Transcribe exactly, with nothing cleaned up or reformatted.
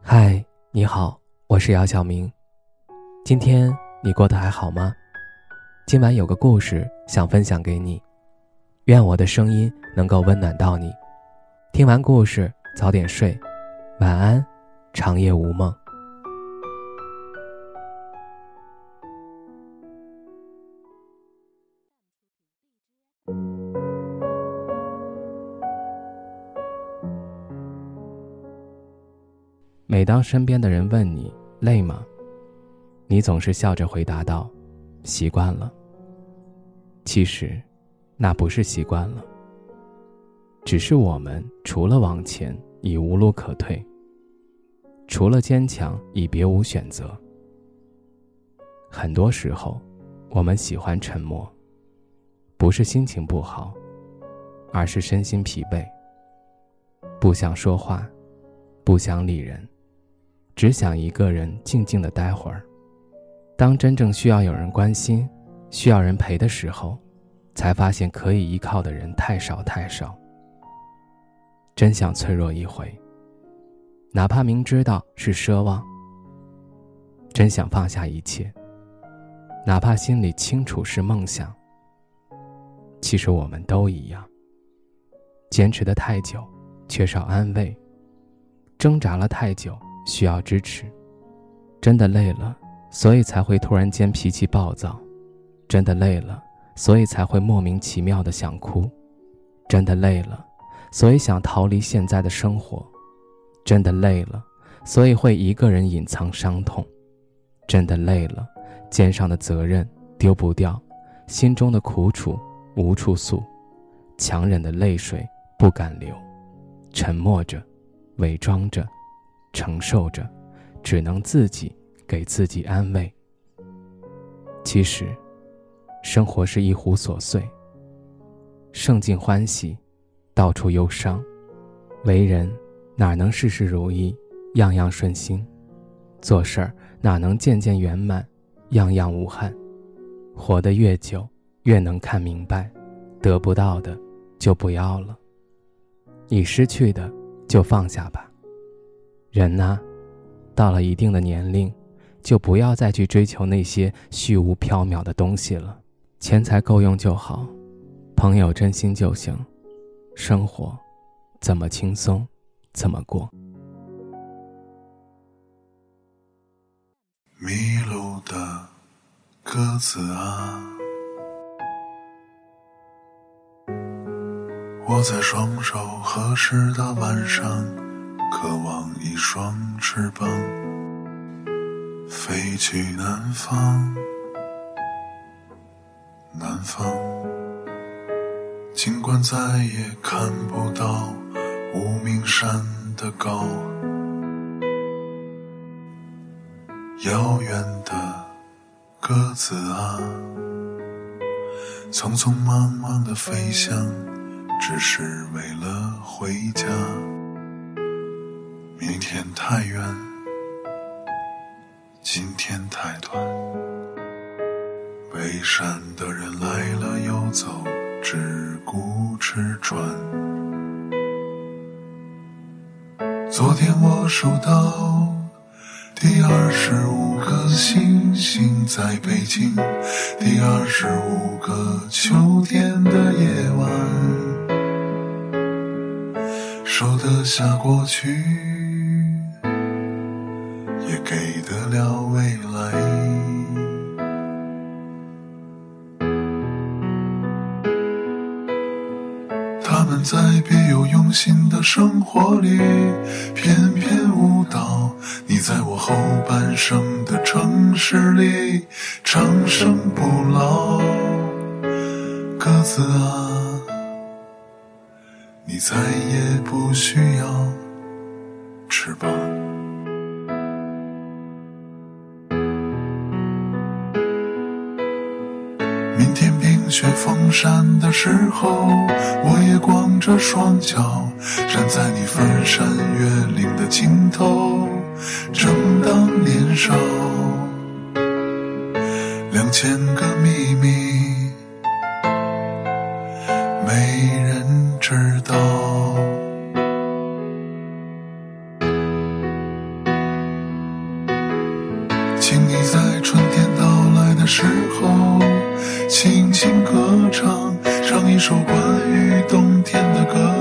嗨，你好，我是姚晓明。今天你过得还好吗？今晚有个故事想分享给你，愿我的声音能够温暖到你。听完故事早点睡，晚安，长夜无梦。每当身边的人问你累吗，你总是笑着回答道，习惯了。其实那不是习惯了，只是我们除了往前已无路可退，除了坚强已别无选择。很多时候我们喜欢沉默，不是心情不好，而是身心疲惫，不想说话，不想理人，只想一个人静静地待会儿。当真正需要有人关心，需要人陪的时候，才发现可以依靠的人太少太少。真想脆弱一回，哪怕明知道是奢望。真想放下一切，哪怕心里清楚是梦想。其实我们都一样，坚持得太久，缺少安慰，挣扎了太久，需要支持。真的累了，所以才会突然间脾气暴躁。真的累了，所以才会莫名其妙的想哭。真的累了，所以想逃离现在的生活。真的累了，所以会一个人隐藏伤痛。真的累了，肩上的责任丢不掉，心中的苦楚无处诉，强忍的泪水不敢流，沉默着，伪装着，承受着，只能自己给自己安慰。其实生活是一壶琐碎，盛尽欢喜，到处忧伤。为人哪能事事如意，样样顺心？做事儿哪能件件圆满，样样无憾？活得越久，越能看明白，得不到的就不要了，已失去的就放下吧。人啊，到了一定的年龄，就不要再去追求那些虚无缥缈的东西了。钱财够用就好，朋友真心就行，生活怎么轻松怎么过。 迷路的鸽子啊，我在双手合十的晚上，渴望一双翅膀，飞去南方。南方，尽管再也看不到无名山的高，遥远的鸽子啊，匆匆忙忙的飞翔，只是为了回家。明天太远，今天太短，背山的人来了又走，只顾吃穿。昨天我数到第二十五个星星在北京，第二十五个秋天的夜晚，收得下过去，也给得了未来。他们在别有用心的生活里翩翩舞蹈，你在我后半生的城市里长生不老。鸽子啊，你再也不需要翅膀。明天冰雪封山的时候，我也光着双脚站在你翻山越岭的尽头，正当年少。两千个秘密没人知道。 请你在春天到来的时候轻轻歌唱，唱一首关于冬天的歌。